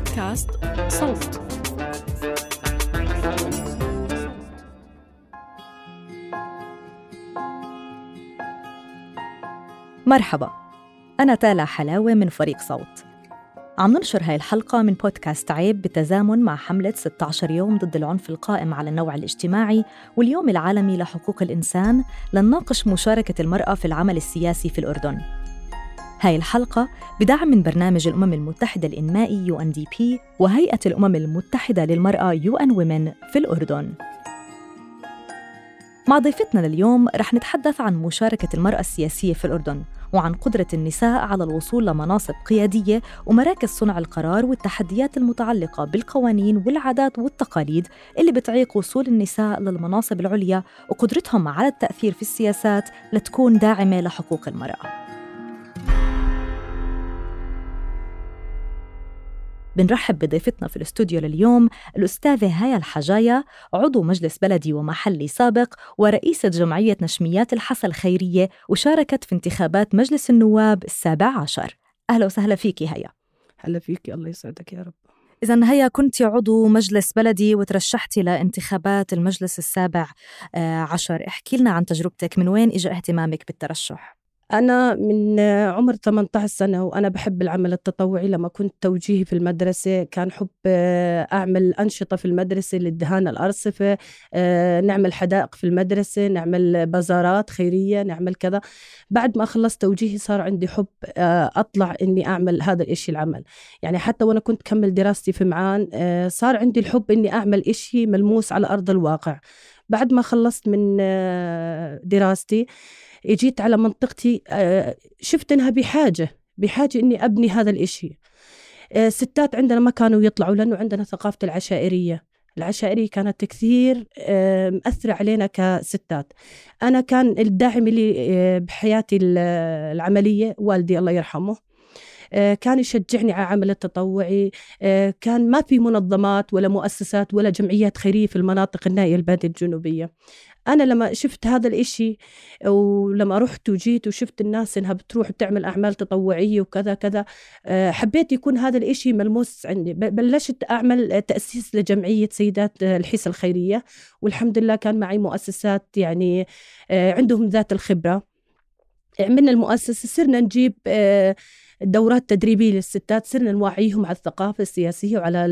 بودكاست صوت. مرحبا، أنا تالا حلاوة من فريق صوت. عم ننشر هاي الحلقة من بودكاست عيب بالتزامن مع حملة 16 يوم ضد العنف القائم على النوع الاجتماعي واليوم العالمي لحقوق الإنسان لنناقش مشاركة المرأة في العمل السياسي في الأردن. هاي الحلقة بدعم من برنامج الأمم المتحدة الإنمائي UNDP وهيئة الأمم المتحدة للمرأة UN Women في الأردن. مع ضيفتنا لليوم رح نتحدث عن مشاركة المرأة السياسية في الأردن وعن قدرة النساء على الوصول لمناصب قيادية ومراكز صنع القرار والتحديات المتعلقة بالقوانين والعادات والتقاليد اللي بتعيق وصول النساء للمناصب العليا وقدرتهم على التأثير في السياسات لتكون داعمة لحقوق المرأة. بنرحب بضيفتنا في الاستوديو لليوم الأستاذة هايا الحجاية، عضو مجلس بلدي ومحلي سابق ورئيسة جمعية نشميات الحسا الخيرية وشاركت في انتخابات مجلس النواب 17. أهلا وسهلا فيكي هايا. هلا فيكي، الله يسعدك يا رب. إذن هيا كنتي عضو مجلس بلدي وترشحتي لانتخابات المجلس 17. احكي لنا عن تجربتك، من وين إجا اهتمامك بالترشح؟ أنا من عمر 18 سنة وأنا بحب العمل التطوعي. لما كنت توجيهي في المدرسة كان حب أعمل أنشطة في المدرسة للدهان الأرصفة، نعمل حدائق في المدرسة، نعمل بازارات خيرية، نعمل كذا. بعد ما خلصت توجيهي صار عندي حب أطلع إني أعمل هذا الإشي العمل. يعني حتى وأنا كنت كمل دراستي في معان صار عندي الحب إني أعمل إشي ملموس على أرض الواقع. بعد ما خلصت من دراستي جيت على منطقتي، شفت إنها بحاجة إني أبني هذا الإشي. ستات عندنا ما كانوا يطلعوا لأنه عندنا ثقافة العشائرية كانت كثير مأثرة علينا كستات. أنا كان الداعم اللي بحياتي العملية والدي الله يرحمه، كان يشجعني على عمل التطوعي. كان ما في منظمات ولا مؤسسات ولا جمعيات خيرية في المناطق النائية البادية الجنوبية. أنا لما شفت هذا الإشي ولما رحت وجيت وشفت الناس إنها بتروح بتعمل أعمال تطوعية وكذا كذا، حبيت يكون هذا الإشي ملموس عندي. بلشت أعمل تأسيس لجمعية سيدات الحسا الخيرية، والحمد لله كان معي مؤسسات يعني عندهم ذات الخبرة. عملنا المؤسسة، صرنا نجيب دورات تدريبية للستات، صرنا نوعيهم على الثقافة السياسية وعلى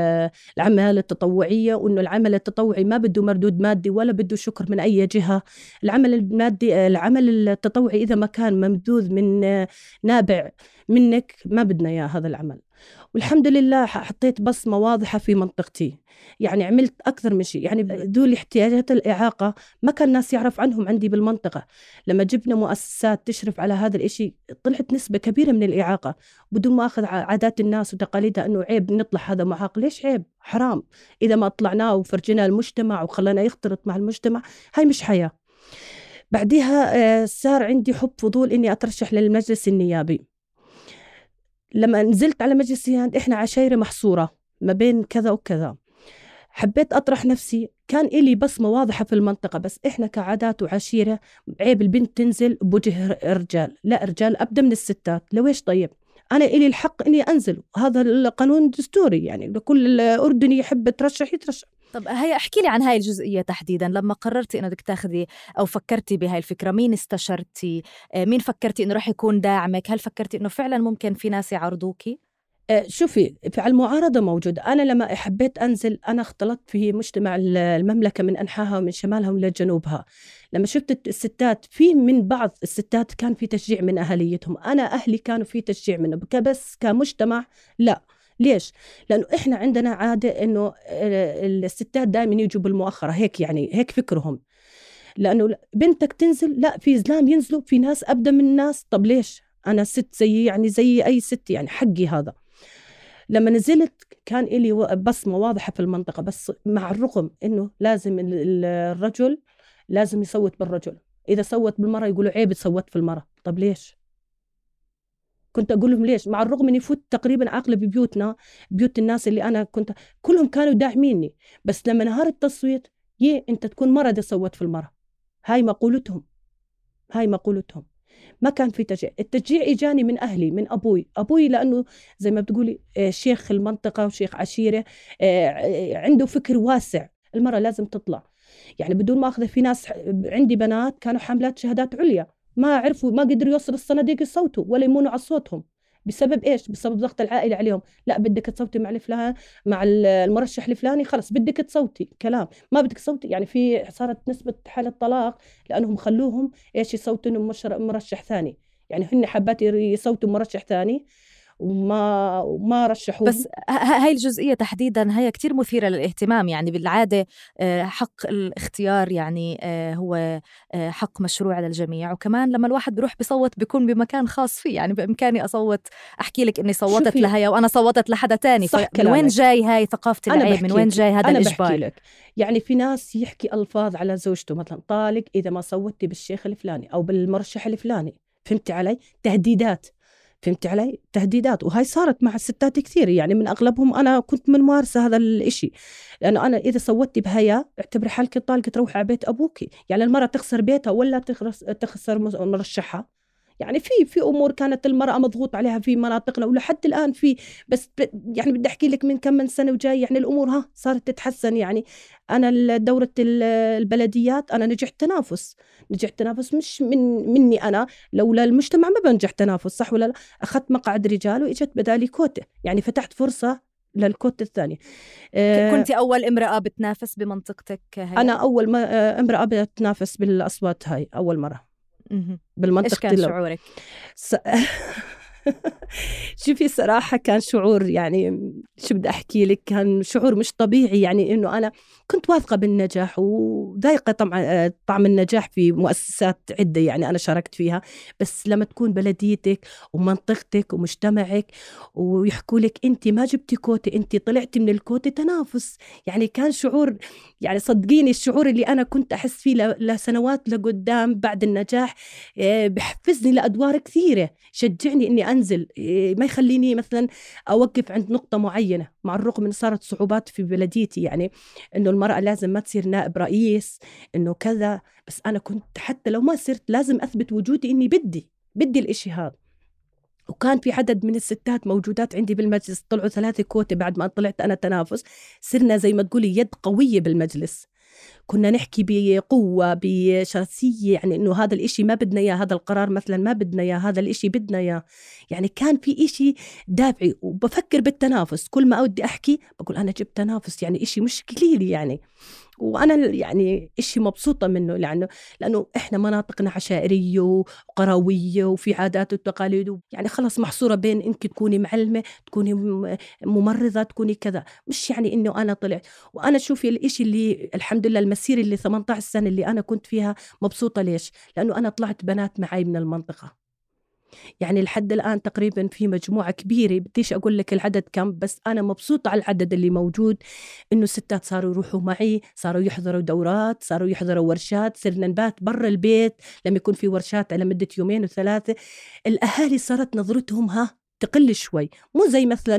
العمل التطوعية، وإنه العمل التطوعي ما بده مردود مادي ولا بده شكر من أي جهة. العمل المادي، العمل التطوعي إذا ما كان ممدود من نابع منك ما بدنا إياه هذا العمل. والحمد لله حطيت بصمة واضحة في منطقتي. يعني عملت أكثر من شيء. يعني ذول احتياجات الإعاقة ما كان الناس يعرف عنهم عندي بالمنطقة. لما جبنا مؤسسات تشرف على هذا الإشي طلعت نسبة كبيرة من الإعاقة، بدون ما أخذ عادات الناس وتقاليدها أنه عيب نطلع هذا معاق. ليش عيب؟ حرام. إذا ما طلعناه وفرجنا المجتمع وخلنا يختلط مع المجتمع، هاي مش حياة. بعدها صار عندي حب فضول إني أترشح للمجلس النيابي. لما نزلت على مجلس النيابي إحنا عشائر محصورة ما بين كذا وكذا، حبيت أطرح نفسي. كان إلي بصمة واضحة في المنطقة، بس إحنا كعادات وعشيرة عيب البنت تنزل بوجه الرجال، لا رجال أبدأ من الستات. لويش؟ طيب أنا إلي الحق إني أنزل، هذا القانون دستوري، يعني لكل أردني يحب يترشح. طب هيا احكي لي عن هاي الجزئية تحديداً. لما قررتي إنه بدك تاخذي أو فكرتي بهاي الفكرة، مين استشرتي؟ مين فكرتي إنه رح يكون داعمك؟ هل فكرتي إنه فعلاً ممكن في ناس يعرضوكي؟ شوفي، في المعارضة موجودة. أنا لما حبيت أنزل أنا اختلطت في مجتمع المملكة من أنحاها ومن شمالها ومن جنوبها. لما شفت الستات، في من بعض الستات كان في تشجيع من أهليتهم، أنا أهلي كانوا في تشجيع منه، بس كمجتمع لا. ليش؟ لأنه إحنا عندنا عادة إنه الستات دائما يجوا بالمؤخرة، هيك يعني هيك فكرهم. لأنه بنتك تنزل، لا، في زلام ينزلوا، في ناس أبدأ من الناس. طب ليش؟ أنا ست زي أي ست، يعني حقي هذا. لما نزلت كان إلي بصمة واضحة في المنطقة، بس مع الرغم إنه لازم الرجل لازم يصوت بالرجل، إذا صوت بالمرأة يقولوا عيب تصوت في المرأة. طب ليش؟ كنت أقول لهم ليش؟ مع الرغم إني فوت تقريبا أغلب بيوتنا، بيوت الناس اللي أنا كنت كلهم كانوا داعميني، بس لما نهار التصويت أنت تكون مرة دي صوت في المرأة. هاي مقولتهم. ما كان في تشجيع. التشجيع إجاني من أهلي، من أبوي لأنه زي ما بتقولي شيخ المنطقة وشيخ عشيرة، عنده فكر واسع، المرأة لازم تطلع. يعني بدون ما أخذ، في ناس عندي بنات كانوا حاملات شهادات عليا ما عرفوا، ما قدروا يوصلوا الصناديق يصوتوا ولا يمونوا على صوتهم. بسبب إيش؟ بسبب ضغط العائلة عليهم. لا بدك تصوتي مع الفلان، مع المرشح الفلاني، خلص بدك تصوتي، كلام ما بدك تصوتي. يعني في صارت نسبة حالة طلاق لأنهم خلوهم إيش يصوتوا مرشح ثاني. يعني هن حبات يصوتوا مرشح ثاني وما رشحوه. بس هاي الجزئية تحديدا هي كتير مثيرة للاهتمام. يعني بالعادة حق الاختيار يعني هو حق مشروع للجميع، وكمان لما الواحد بيروح بيصوت بيكون بمكان خاص فيه. يعني بإمكاني أصوت، أحكي لك إني صوتت لهي وأنا صوتت لحدا تاني. من وين جاي هاي ثقافة العيب؟ من وين جاي هذا الإجبار؟ بحكي لك يعني في ناس يحكي ألفاظ على زوجته مثلا، طالق إذا ما صوتي بالشيخ الفلاني أو بالمرشح الفلاني. فهمتي علي؟ تهديدات. فهمت علي؟ تهديدات. وهاي صارت مع الستات كثير، يعني من أغلبهم أنا كنت من ممارسة هذا الإشي. لأنه أنا إذا صوتي بهيا اعتبري حالك طالقة تروحي على بيت أبوك. يعني المرأة تخسر بيتها ولا تخسر مرشحها. يعني في أمور كانت المرأة مضغوط عليها في مناطقنا ولحد الآن في، بس يعني بدي أحكي لك من سنة وجاي يعني الأمور صارت تتحسن. يعني أنا دورة البلديات أنا نجحت تنافس مش مني أنا، لولا المجتمع ما بنجح تنافس، صح ولا لا؟ أخذت مقعد رجال وإجت بدالي كوتة، يعني فتحت فرصة للكوتة الثانية. كنت أول امرأة بتنافس بمنطقتك هي؟ أنا أول ما امرأة بتنافس بالأصوات هاي أول مرة بالمنطقة. إيش كان شعورك؟ شوفي صراحة كان شعور، يعني شو بدي أحكي لك، كان شعور مش طبيعي. يعني إنه أنا كنت واثقة بالنجاح وذايقة طعم النجاح في مؤسسات عدة يعني أنا شاركت فيها. بس لما تكون بلديتك ومنطقتك ومجتمعك ويحكوا لك أنت ما جبتي كوتة، أنت طلعتي من الكوتة، تنافس، يعني كان شعور، يعني صدقيني الشعور اللي أنا كنت أحس فيه لسنوات لقدام بعد النجاح بحفزني لأدوار كثيرة، شجعني إني أنزل، ما يخليني مثلا أوقف عند نقطة معينة. مع الرغم من صارت صعوبات في بلديتي، يعني إنه المرأة لازم ما تصير نائب رئيس، إنه كذا، بس أنا كنت حتى لو ما صرت لازم أثبت وجودي إني بدي الإشي هذا. وكان في عدد من الستات موجودات عندي بالمجلس، طلعوا 3 كوتة بعد ما طلعت أنا تنافس. صرنا زي ما تقولي يد قوية بالمجلس، كنا نحكي بقوة بشرسية، يعني إنه هذا الإشي ما بدنا إياه، هذا القرار مثلا ما بدنا إياه، هذا الإشي بدنا إياه. يعني كان في إشي دافعي. وبفكر بالتنافس، كل ما أودي أحكي بقول أنا جبت تنافس، يعني إشي مش قليل يعني. وأنا يعني إشي مبسوطة منه، لأنه إحنا مناطقنا عشائرية وقروية وفي عادات وتقاليد، يعني خلص محصورة بين إنك تكوني معلمة، تكوني ممرضة، تكوني كذا. مش يعني إنه أنا طلعت. وأنا شوفي الإشي اللي الحمد لله المسيرة اللي 18 سنة اللي أنا كنت فيها مبسوطة. ليش؟ لأنه أنا طلعت بنات معي من المنطقة. يعني لحد الآن تقريبا في مجموعة كبيرة، بديش أقول لك العدد كم، بس أنا مبسوطة على العدد اللي موجود. إنه الستات صاروا يروحوا معي، صاروا يحضروا دورات، صاروا يحضروا ورشات، صرنا نبات برا البيت لما يكون في ورشات على مدة 2 و3. الأهالي صارت نظرتهم تقل شوي، مو زي مثلا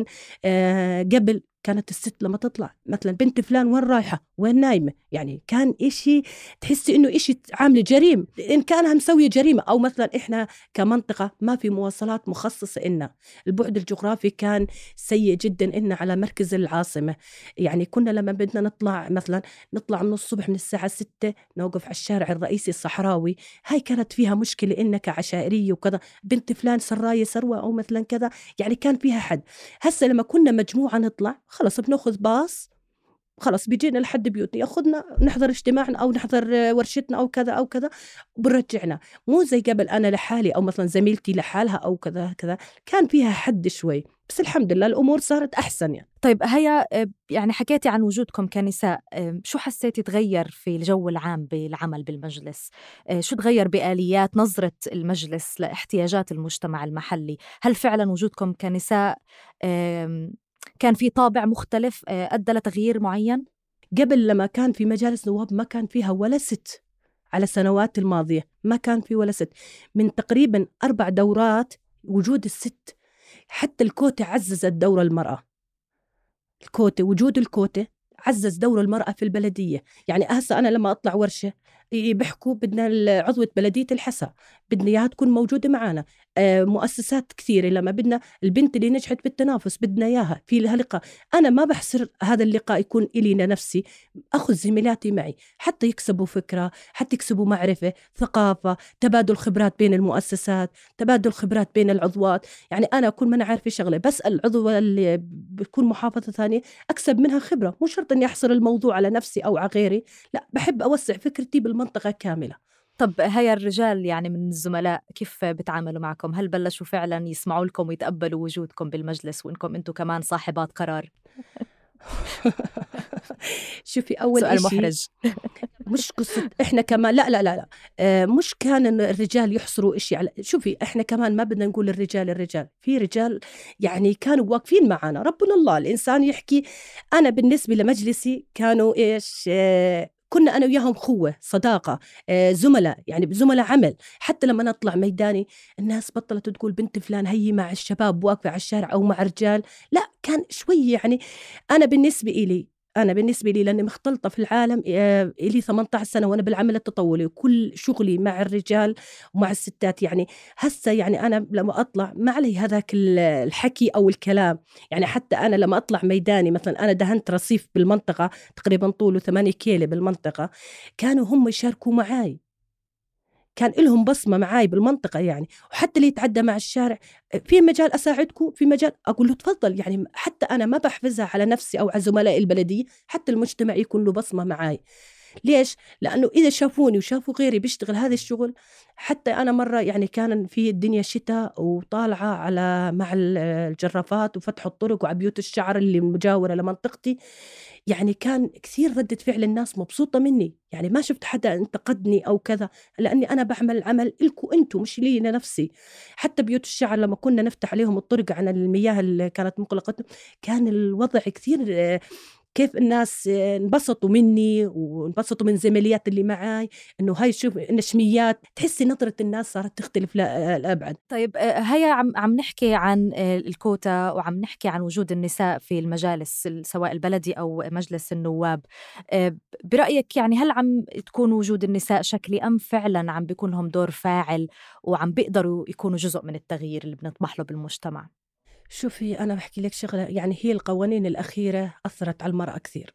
قبل كانت الست لما تطلع مثلا بنت فلان وين رايحة، وين نايمة، يعني كان إشي تحسي إنه إشي عامل جريم إن كانها مسوية جريمة. أو مثلا إحنا كمنطقة ما في مواصلات مخصصة إلنا، البعد الجغرافي كان سيء جدا إلنا على مركز العاصمة. يعني كنا لما بدنا نطلع مثلا نطلع من الصبح من الساعة 6 نوقف على الشارع الرئيسي الصحراوي. هاي كانت فيها مشكلة إننا كعشائرية وكذا، بنت فلان سراية سروة أو مثلا كذا، يعني كان فيها حد. هسه لما كنا مجموعة نطلع خلص بناخذ باص، خلص بيجينا لحد بيوتنا، ياخذنا نحضر اجتماعنا أو نحضر ورشتنا أو كذا أو كذا وبرجعنا. مو زي قبل أنا لحالي أو مثلا زميلتي لحالها أو كذا كذا، كان فيها حد شوي. بس الحمد لله الأمور صارت أحسن يعني. طيب هيا، يعني حكيتي عن وجودكم كنساء، شو حسيتي تغير في الجو العام بالعمل بالمجلس؟ شو تغير بآليات نظرة المجلس لاحتياجات المجتمع المحلي؟ هل فعلا وجودكم كنساء كان في طابع مختلف أدى لتغيير معين؟ قبل لما كان في مجالس نواب ما كان فيها ولا ست، على سنوات الماضية ما كان في ولا ست. من تقريبا 4 دورات وجود الست، حتى الكوتة عززت دور المرأة. وجود الكوتة عزز دور المرأة في البلدية. يعني هسه أنا لما أطلع ورشة بيحكوا بدنا عضوة بلدية الحسا، بدنا إياها تكون موجودة معنا. مؤسسات كثيرة لما بدنا البنت اللي نجحت بالتنافس بدنا إياها في لها لقاء. أنا ما بحصر هذا اللقاء يكون إلي لنفسي، أخذ زميلاتي معي حتى يكسبوا فكرة، حتى يكسبوا معرفة، ثقافة، تبادل خبرات بين المؤسسات، تبادل خبرات بين العضوات. يعني أنا كل ما أنا عارفة شغلة بسأل عضوة اللي بتكون محافظة ثانية أكسب منها خبرة، مو شرط أني أحصر الموضوع على نفسي أو على غيري، لا بحب أوسع فكرتي بالمنطقة كاملة. طب هيا الرجال يعني من الزملاء كيف بتعاملوا معكم؟ هل بلشوا فعلا يسمعوا لكم ويتقبلوا وجودكم بالمجلس وإنكم أنتم كمان صاحبات قرار؟ شوفي أول سؤال إشي محرج. مش قصة إحنا كمان لا لا لا لا مش كان إن الرجال يحصروا إشي على، شوفي إحنا كمان ما بدنا نقول الرجال في رجال يعني كانوا واقفين معنا، ربنا الله الإنسان يحكي. أنا بالنسبة لمجلسي كانوا إيش كنا أنا وياهم خوة صداقة، زملاء يعني زملاء عمل. حتى لما نطلع ميداني الناس بطلت تقول بنت فلان هي مع الشباب واقفة على الشارع أو مع رجال، لا كان شوي يعني. أنا بالنسبة لي لأني مختلطة في العالم إلي 18 سنة وأنا بالعمل التطوعي، وكل شغلي مع الرجال ومع الستات. يعني هسه يعني أنا لما أطلع ما علي هذاك الحكي أو الكلام. يعني حتى أنا لما أطلع ميداني مثلا، أنا دهنت رصيف بالمنطقة تقريبا طوله 8 كيلو بالمنطقة، كانوا هم يشاركوا معاي، كان لهم بصمة معاي بالمنطقة يعني. وحتى اللي يتعدى مع الشارع في مجال أساعدكم، في مجال أقول له تفضل. يعني حتى أنا ما بحفزها على نفسي أو على زملائي البلدية، حتى المجتمع يكون له بصمة معاي. ليش؟ لأنه إذا شافوني وشافوا غيري بيشتغل هذا الشغل. حتى أنا مرة يعني كان في الدنيا شتاء وطالعة على مع الجرافات وفتحوا الطرق وعبيوت الشعر اللي مجاورة لمنطقتي، يعني كان كثير ردة فعل الناس مبسوطة مني. يعني ما شفت حدا انتقدني أو كذا، لأني أنا بعمل عمل إلكو أنتو مش لي لنفسي. حتى بيوت الشعر لما كنا نفتح عليهم الطرق عن المياه اللي كانت مغلقة، كان الوضع كثير كيف الناس انبسطوا مني وانبسطوا من زميليات اللي معاي، إنه هاي شوف نشميات، تحسي نظرة الناس صارت تختلف لأبعد. طيب هيا عم نحكي عن الكوتا وعم نحكي عن وجود النساء في المجالس سواء البلدي أو مجلس النواب. برأيك يعني هل عم تكون وجود النساء شكلي أم فعلا عم بيكون لهم دور فاعل وعم بيقدروا يكونوا جزء من التغيير اللي بنطمح له بالمجتمع؟ شوفي أنا بحكي لك شغلة، يعني هي القوانين الأخيرة أثرت على المرأة كثير.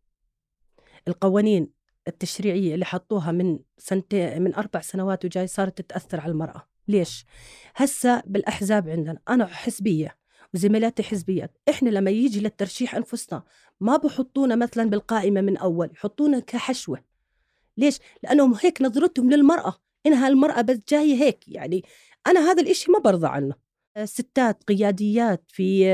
القوانين التشريعية اللي حطوها من سنتين من 4 سنوات وجاي صارت تأثر على المرأة. ليش؟ هسا بالأحزاب عندنا أنا حزبية وزميلاتي حزبيات، إحنا لما يجي للترشيح أنفسنا ما بحطونا مثلا بالقائمة من أول، يحطونا كحشوة. ليش؟ لأنهم هيك نظرتهم للمرأة، إنها المرأة بس جاية هيك. يعني أنا هذا الإشي ما برضى عنه. ستات قياديات في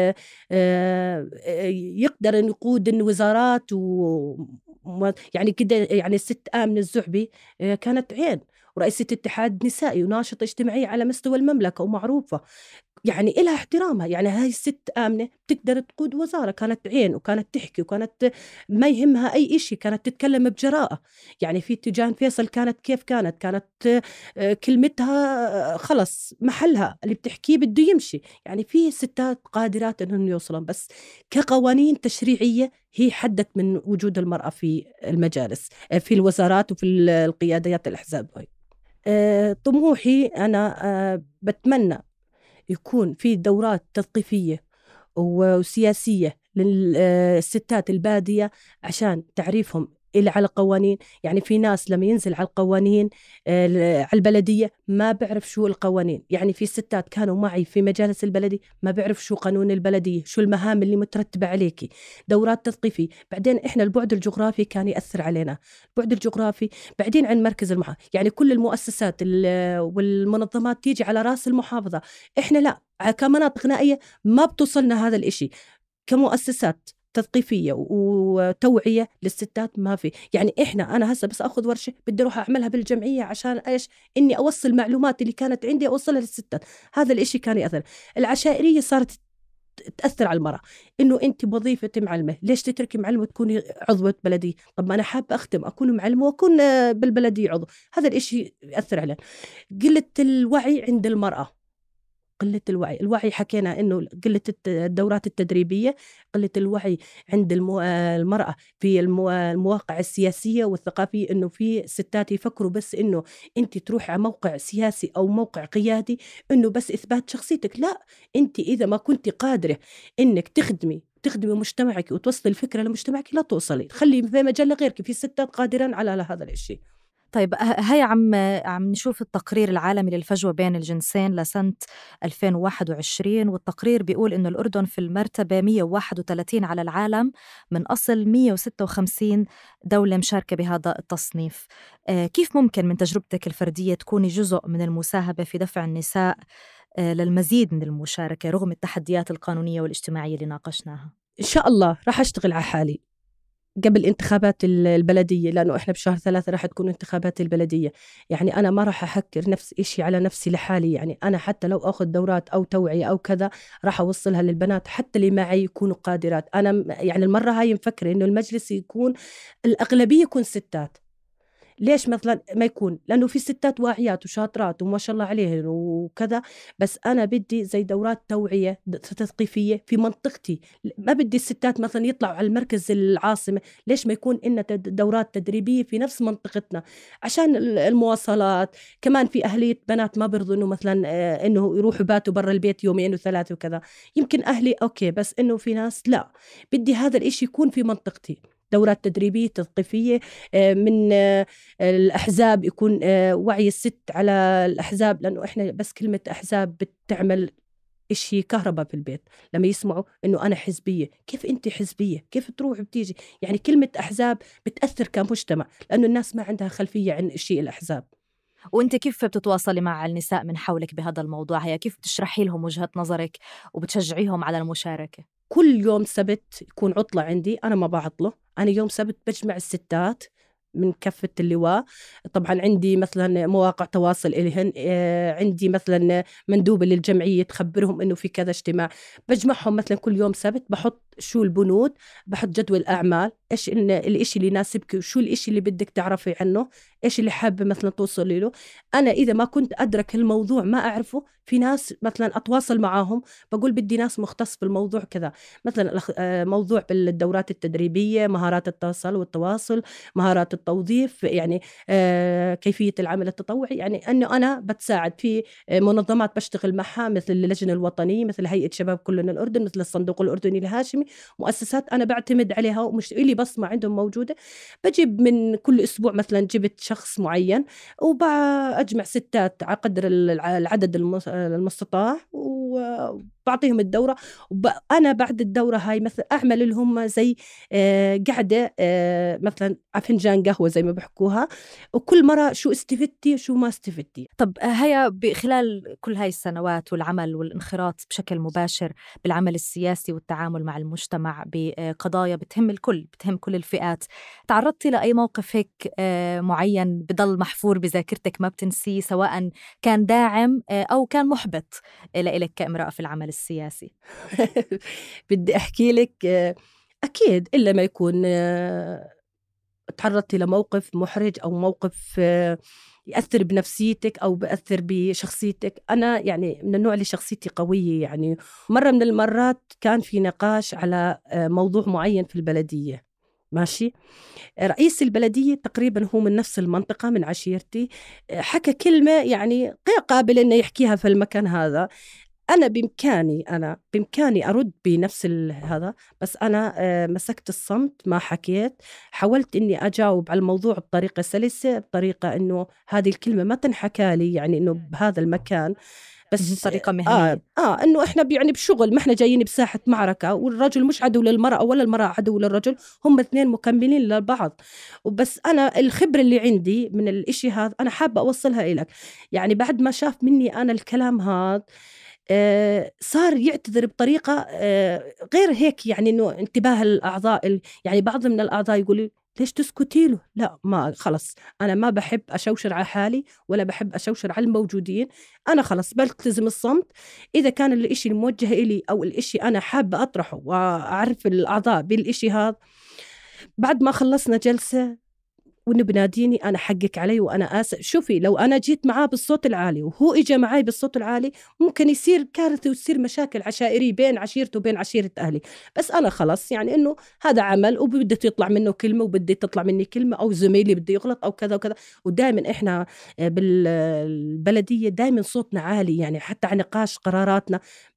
يقدر أن يقود الوزارات يعني كده. يعني الست آمنة الزعبي كانت عين ورئيسة اتحاد نسائي وناشطة اجتماعية على مستوى المملكة ومعروفة، يعني إلها احترامها. يعني هاي الست آمنة بتقدر تقود وزارة، كانت عين وكانت تحكي وكانت ما يهمها أي إشي، كانت تتكلم بجراءة. يعني في تيجان فيصل كانت كيف كانت كلمتها خلص محلها، اللي بتحكيه بده يمشي. يعني في ستات قادرات أنهم يوصلون، بس كقوانين تشريعية هي حدت من وجود المرأة في المجالس في الوزارات وفي القيادات الأحزاب. طموحي أنا بتمنى يكون في دورات تثقيفية وسياسية للستات البادية عشان تعريفهم إلى على القوانين. يعني في ناس لما ينزل على القوانين على البلدية ما بعرف شو القوانين. يعني في ستات كانوا معي في مجالس البلدي ما بعرف شو قانون البلدية، شو المهام اللي مترتبة عليكي. دورات تثقيفية. بعدين إحنا البعد الجغرافي كان يأثر علينا، البعد الجغرافي. بعدين عن مركز المحافظة، يعني كل المؤسسات والمنظمات تيجي على رأس المحافظة، إحنا لا كمناطق نائية ما بتوصلنا هذا الإشي. كمؤسسات تثقيفية وتوعية للستات ما في. يعني أنا هسه بس أخذ ورشة بدي أروح أعملها بالجمعية عشان إيش؟ إني أوصل معلومات اللي كانت عندي أوصلها للستات. هذا الإشي كان يأثر. العشائرية صارت تأثر على المرأة، إنه أنت وظيفة معلمة، ليش تتركي معلمة وتكوني عضوة بلدية؟ طب ما أنا حابة أختم أكون معلمة وأكون بالبلدية عضو. هذا الإشي يأثر علينا. قلة الوعي عند المرأة، قلة الوعي حكينا إنه قلة الدورات التدريبية، قلة الوعي عند المرأة في المواقع السياسية والثقافية، إنه في ستات يفكروا بس إنه أنت تروح على موقع سياسي أو موقع قيادي إنه بس إثبات شخصيتك. لا، أنت إذا ما كنت قادرة إنك تخدمي مجتمعك وتوصل الفكرة لمجتمعك لا توصلي، خلي في مجال لغيرك، في ستات قادرين على هذا الشيء. طيب هاي عم نشوف التقرير العالمي للفجوة بين الجنسين لسنة 2021، والتقرير بيقول إنه الأردن في المرتبة 131 على العالم من أصل 156 دولة مشاركة بهذا التصنيف. كيف ممكن من تجربتك الفردية تكوني جزء من المساهمة في دفع النساء للمزيد من المشاركة رغم التحديات القانونية والاجتماعية اللي ناقشناها؟ إن شاء الله راح أشتغل على حالي قبل انتخابات البلدية، لأنه إحنا بشهر 3 راح تكون انتخابات البلدية. يعني أنا ما راح أحكر نفس إشي على نفسي لحالي، يعني أنا حتى لو أخذ دورات أو توعية أو كذا راح أوصلها للبنات حتى اللي معي يكونوا قادرات. أنا يعني المرة هاي مفكرة إنه المجلس يكون الأغلبية يكون ستات. ليش مثلا ما يكون؟ لأنه في ستات واعيات وشاطرات وما شاء الله عليهن وكذا، بس أنا بدي زي دورات توعية تثقيفية في منطقتي. ما بدي الستات مثلا يطلعوا على المركز العاصمة، ليش ما يكون إن دورات تدريبية في نفس منطقتنا عشان المواصلات. كمان في أهلية بنات ما برضو إنه مثلا إنه يروحوا باتوا برا البيت 2 و3 وكذا. يمكن أهلي أوكي، بس إنه في ناس لا، بدي هذا الإشي يكون في منطقتي. دورات تدريبية تثقيفية من الأحزاب، يكون وعي الست على الأحزاب، لأنه إحنا بس كلمة أحزاب بتعمل إشي كهرباء في البيت لما يسمعوا إنه أنا حزبية. كيف أنت حزبية؟ كيف تروح بتيجي؟ يعني كلمة أحزاب بتأثر كمجتمع، لأنه الناس ما عندها خلفية عن إشي الأحزاب. وانت كيف بتتواصلي مع النساء من حولك بهذا الموضوع؟ هي كيف بتشرحي لهم وجهة نظرك وبتشجعيهم على المشاركة؟ كل يوم سبت يكون عطلة عندي، أنا ما بعطله. أنا يوم سبت بجمع الستات من كافة اللواء. طبعا عندي مثلا مواقع تواصل إليهن، عندي مثلا مندوبة للجمعية تخبرهم إنه في كذا اجتماع. بجمعهم مثلا كل يوم سبت، بحط شو البنود، بحط جدول أعمال، إيش الإشي اللي يناسبك وشو الإشي اللي بدك تعرفي عنه، إيش اللي حابة مثلا توصلي له. أنا إذا ما كنت أدرك الموضوع ما أعرفه، في ناس مثلا أتواصل معاهم بقول بدي ناس مختص بالموضوع كذا. مثلا موضوع بالدورات التدريبية، مهارات التواصل والتواصل، مهارات التوظيف، يعني كيفية العمل التطوعي. يعني أنه أنا بتساعد في منظمات بشتغل معها مثل اللجنة الوطنية، مثل هيئة شباب كلنا الأردن، مثل الصندوق الأردني الهاشمي، مؤسسات أنا بعتمد عليها ومش إلي بصمة عندهم موجودة. بجيب من كل أسبوع مثلا جبت شخص معين وبأجمع ستات على قدر العدد المستطاع وبعطيهم الدورة. وأنا بعد الدورة هاي مثلا أعمل لهم زي قعدة مثلا فنجان قهوة زي ما بحكوها، وكل مرة شو استفدتي وشو ما استفدتي. طب هيا خلال كل هاي السنوات والعمل والانخراط بشكل مباشر بالعمل السياسي والتعامل مع المجتمع بقضايا بتهم الكل، بتهم كل الفئات، تعرضتي لأي موقف هيك معين بضل محفور بذاكرتك ما بتنسيه، سواء كان داعم أو كان محبط لإلك كامرأة في العمل السياسي؟ بدي أحكي لك أكيد، إلا ما يكون تعرضتي لموقف محرج أو موقف يأثر بنفسيتك أو بأثر بشخصيتك. أنا يعني من النوع اللي شخصيتي قوية. يعني مرة من المرات كان في نقاش على موضوع معين في البلدية، ماشي، رئيس البلدية تقريبا هو من نفس المنطقة من عشيرتي، حكى كلمة يعني غير قابل إنه يحكيها في المكان هذا. أنا بإمكاني أرد بنفس هذا، بس أنا مسكت الصمت، ما حكيت. حاولت إني أجاوب على الموضوع بطريقة سلسة، بطريقة إنه هذه الكلمة ما تنحكى لي يعني إنه بهذا المكان، بس طريقة مهنية. إنه إحنا يعني بشغل، ما إحنا جايين بساحة معركة، والرجل مش عدو للمرأة ولا المرأة عدو للرجل، هم اثنين مكملين لبعض. وبس أنا الخبرة اللي عندي من الإشي هذا أنا حابة أوصلها إليك. يعني بعد ما شاف مني أنا الكلام هذا صار يعتذر بطريقة غير هيك، يعني إنه انتباه الأعضاء، يعني بعض من الأعضاء يقولوا ليش تسكتي له؟ لا، ما خلص أنا ما بحب أشوشر على حالي ولا بحب أشوشر على الموجودين. أنا خلص بلتزم الصمت. إذا كان الإشي الموجه إلي أو الإشي أنا حابة أطرحه وأعرف الأعضاء بالإشي هذا. بعد ما خلصنا جلسة وإنه بناديني أنا حقك علي وأنا آسف. شوفي لو أنا جيت معاه بالصوت العالي وهو إجا معي بالصوت العالي ممكن يصير كارثة وتصير مشاكل عشائرية بين عشيرته وبين عشيرة أهلي. بس أنا خلص يعني إنه هذا عمل وبدي يطلع منه كلمة وبدي تطلع مني كلمة، أو زميلي بده يغلط أو كذا وكذا. ودائما إحنا بالبلدية دائما صوتنا عالي، يعني حتى عن نقاش قراراتنا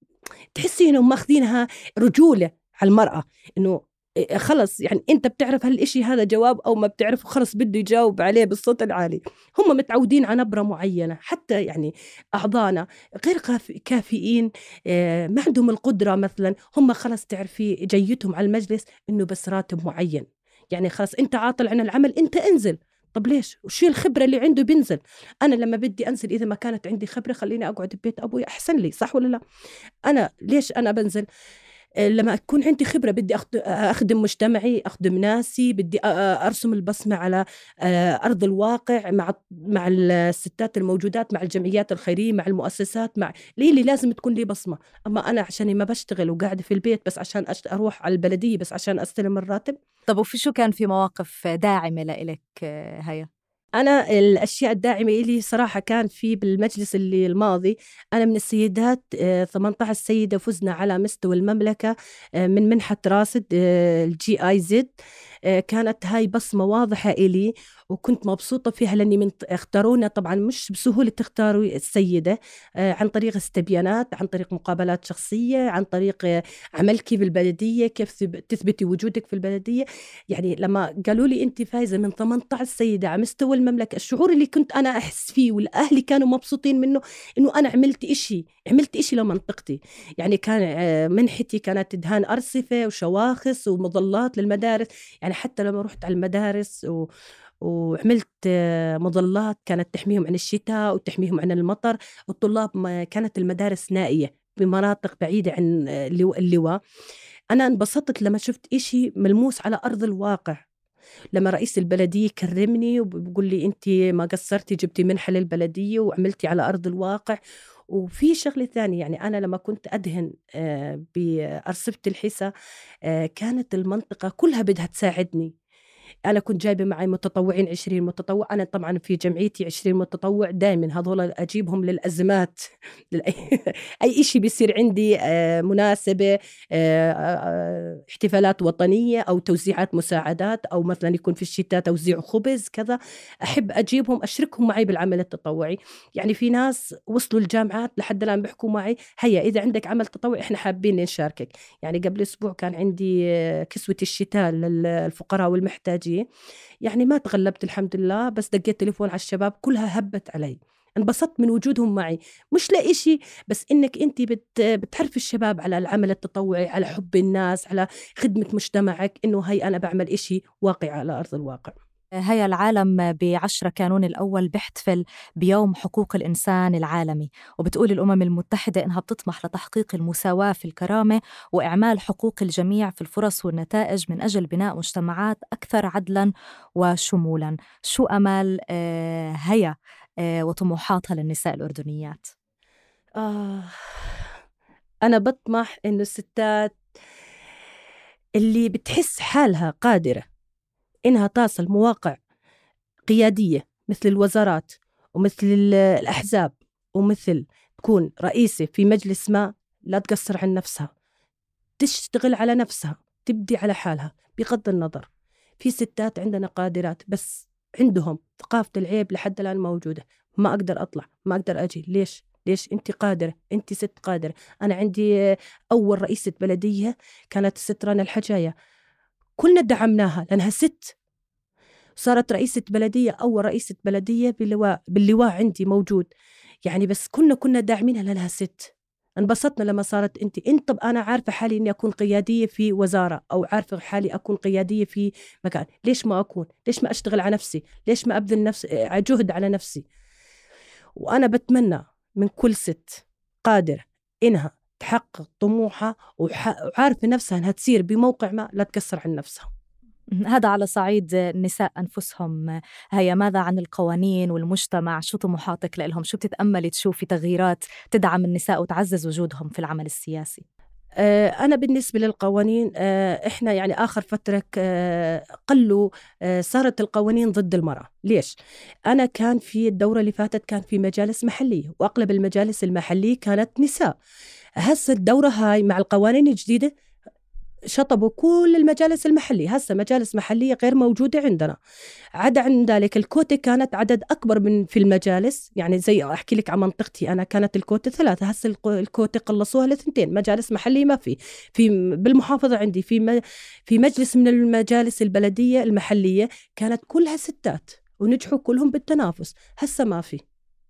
تحسي إنهم ماخذينها رجولة على المرأة، إنه خلص يعني أنت بتعرف هالإشي هذا جواب أو ما بتعرف خلص بده يجاوب عليه بالصوت العالي. هم متعودين على نبرة معينة، حتى يعني أعضانا غير كافيين، ما عندهم القدرة. مثلا هم خلص تعرفي جيتهم على المجلس إنه بس راتب معين، يعني خلص أنت عاطل عن العمل أنت انزل. طب ليش؟ وشي الخبرة اللي عنده بينزل. أنا لما بدي أنزل إذا ما كانت عندي خبرة خليني أقعد ببيت أبوي أحسن لي، صح ولا لا؟ أنا ليش أنا بنزل؟ لما أكون عندي خبرة بدي أخدم مجتمعي، أخدم ناسي، بدي أرسم البصمة على أرض الواقع مع الستات الموجودات، مع الجمعيات الخيرية، مع المؤسسات، مع اللي لازم تكون لي بصمة. أما أنا عشان ما بشتغل وقاعدة في البيت بس عشان أروح على البلدية بس عشان أستلم الراتب. طب وفي شو كان في مواقف داعمة لإلك هيا؟ أنا الأشياء الداعمة إلي صراحة كان في بالمجلس اللي الماضي، أنا من السيدات 18 سيدة فزنا على مستوى المملكة من منحة راسد الGIZ. كانت هاي بصمة واضحة إلي وكنت مبسوطة فيها، لأني اختارونا طبعا مش بسهولة تختاروا السيدة، عن طريق استبيانات، عن طريق مقابلات شخصية، عن طريق عملك بالبلدية، كيف تثبتي وجودك في البلدية. يعني لما قالوا لي أنت فايزة من 18 سيدة على مستوى المملكة، الشعور اللي كنت أنا أحس فيه والأهلي كانوا مبسوطين منه إنه أنا عملت إشي لمنطقتي. يعني كان منحتي كانت دهان أرصفة وشواخص ومظلات للمدارس، يعني حتى لما رحت على المدارس وعملت مظلات كانت تحميهم عن الشتاء وتحميهم عن المطر. الطلاب ما كانت المدارس نائية بمناطق بعيدة عن اللواء. أنا انبسطت لما شفت إشي ملموس على أرض الواقع، لما رئيس البلدية كرمني وبقول لي أنت ما قصرتي، جبتي منحة للبلدية وعملتي على أرض الواقع. وفي شغلة ثانية، يعني أنا لما كنت أدهن بأرصفة الحسا كانت المنطقة كلها بدها تساعدني. أنا كنت جايبة معي متطوعين 20 متطوع. أنا طبعا في جمعيتي 20 متطوع دائما هذول أجيبهم للأزمات أي إشي بيصير عندي مناسبة، احتفالات وطنية أو توزيعات مساعدات، أو مثلا يكون في الشتاء توزيع خبز كذا، أحب أجيبهم أشركهم معي بالعمل التطوعي. يعني في ناس وصلوا الجامعات لحد الآن بيحكوا معي هيا إذا عندك عمل تطوعي إحنا حابين نشاركك. يعني قبل أسبوع كان عندي كسوة الشتاء للفقراء والمحتاجين، يعني ما تغلبت الحمد لله، بس دقيت تليفون على الشباب كلها هبت علي. انبسطت من وجودهم معي، مش لا شيء، بس إنك أنت بتعرف الشباب على العمل التطوعي، على حب الناس، على خدمة مجتمعك، إنه هاي أنا بعمل إشي واقعي على أرض الواقع. هيا العالم ب10 كانون الأول بيحتفل بيوم حقوق الإنسان العالمي، وبتقول الأمم المتحدة إنها بتطمح لتحقيق المساواة في الكرامة وإعمال حقوق الجميع في الفرص والنتائج من أجل بناء مجتمعات أكثر عدلاً وشمولاً. شو أمل هيا وطموحاتها للنساء الأردنيات؟ أنا بطمح إنه الستات اللي بتحس حالها قادرة إنها تصل مواقع قيادية مثل الوزارات ومثل الأحزاب ومثل تكون رئيسة في مجلس ما، لا تقصر عن نفسها، تشتغل على نفسها، تبدي على حالها. بغض النظر، في ستات عندنا قادرات بس عندهم ثقافة العيب لحد الآن موجودة. ما أقدر أطلع، ما أقدر أجي. ليش أنت قادرة، أنت ست قادرة. أنا عندي أول رئيسة بلدية كانت الست رنا الحجاية، كلنا دعمناها لأنها ست. صارت رئيسة بلدية، أول رئيسة بلدية باللواء عندي موجود، يعني بس كنا داعمينها لأنها ست. انبسطنا لما صارت انت. طب أنا عارفة حالي إني أكون قيادية في وزارة، أو عارفة حالي أكون قيادية في مكان، ليش ما أكون؟ ليش ما أشتغل على نفسي؟ ليش ما أبذل جهد على نفسي؟ وأنا بتمنى من كل ست قادرة إنها تحقق طموحها وعارفة نفسها إنها تسير بموقع ما، لا تكسر عن نفسها. هذا على صعيد النساء أنفسهم. هيا ماذا عن القوانين والمجتمع؟ شو طموحاتك لهم؟ شو بتتأملي تشوفي تغييرات تدعم النساء وتعزز وجودهم في العمل السياسي؟ أنا بالنسبة للقوانين إحنا يعني آخر فترة قلوا صارت القوانين ضد المرأة. ليش؟ أنا كان في الدورة اللي فاتت كان في مجالس محلية، وأغلب المجالس المحلية كانت نساء. هسه الدورة هاي مع القوانين الجديدة شطبوا كل المجالس المحلية، هسه مجالس محلية غير موجودة عندنا. عدا عن ذلك الكوتة كانت عدد أكبر من في المجالس، يعني زي أحكي لك عن منطقتي أنا كانت الكوتة 3، هسه الكوتة قلصوها ل2 مجالس محلية. ما في بالمحافظة عندي في مجلس من المجالس البلدية المحلية كانت كلها ستات ونجحوا كلهم بالتنافس، هسه ما في.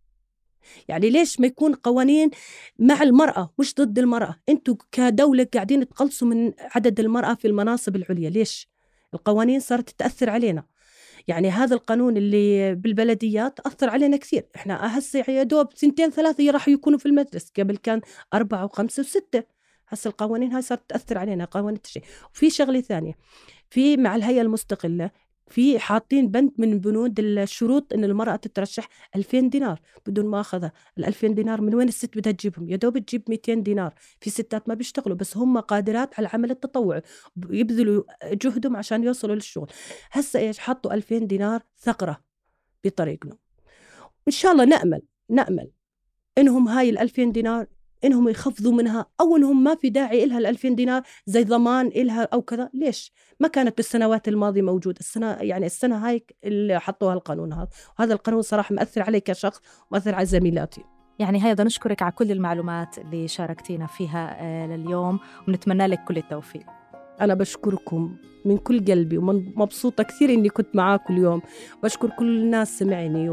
يعني ليش ما يكون قوانين مع المرأة مش ضد المرأة؟ انتوا كدولة قاعدين تقلصوا من عدد المرأة في المناصب العليا، ليش؟ القوانين صارت تأثر علينا. يعني هذا القانون اللي بالبلديات أثر علينا كثير. إحنا هسه يا دوب 2-3 راح يكونوا في المجلس، قبل كان 4 و5 و6. هسه القوانين هاي صارت تأثر علينا، قوانين التشريع. وفي شغلة ثانية، في مع الهيئة المستقلة في حاطين بند من بنود الشروط إن المرأة تترشح 2000 دينار بدون ما أخذها. 2000 دينار من وين الست بدها تجيبهم؟ يا دوب تجيب 200 دينار. في ستات ما بيشتغلوا بس هم قادرات على العمل التطوعي، يبذلوا جهدهم عشان يوصلوا للشغل. هسه إيش حطوا 2000 دينار ثغرة بطريقنا. إن شاء الله نأمل إنهم هاي 2000 دينار إنهم يخفضوا منها، أو إنهم ما في داعي إلها 2000 دينار زي ضمان إلها أو كذا. ليش ما كانت بالسنوات الماضية موجود؟ السنة هاي اللي حطوها القانون هذا، وهذا القانون صراحة مأثر علي كشخص ومأثر على زميلاتي. يعني هيا بدنا نشكرك على كل المعلومات اللي شاركتينا فيها لليوم، ونتمنى لك كل التوفيق. أنا بشكركم من كل قلبي، ومبسوطة كثير إني كنت معاكم اليوم. بشكر كل الناس سمعني،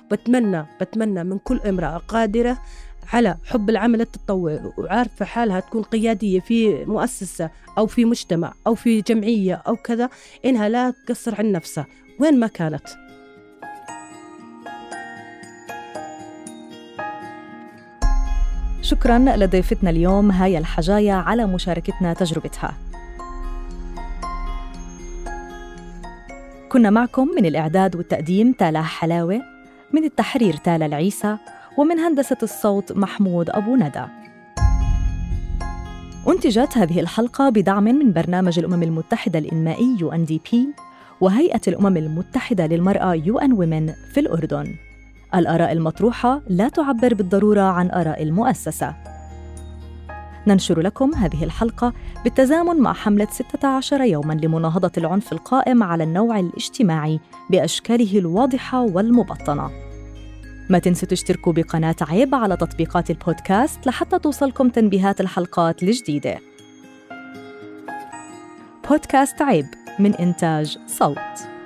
وبتمنى من كل امرأة قادرة على حب العمل التطوعي وعارفة حالها تكون قيادية في مؤسسة أو في مجتمع أو في جمعية أو كذا، إنها لا تقصر عن نفسها وين ما كانت. شكراً لضيفتنا اليوم هاي الحجاية على مشاركتنا تجربتها. كنا معكم من الإعداد والتقديم تالا حلاوة، من التحرير تالا العيسى، ومن هندسة الصوت محمود أبو ندى. أنتجت هذه الحلقة بدعم من برنامج الأمم المتحدة الإنمائي UNDP وهيئة الأمم المتحدة للمرأة UN Women في الأردن. الآراء المطروحة لا تعبر بالضرورة عن آراء المؤسسة. ننشر لكم هذه الحلقة بالتزامن مع حملة 16 يوماً لمناهضة العنف القائم على النوع الاجتماعي بأشكاله الواضحة والمبطنة. ما تنسوا تشتركوا بقناة عيب على تطبيقات البودكاست لحتى توصلكم تنبيهات الحلقات الجديدة. بودكاست عيب من إنتاج صوت.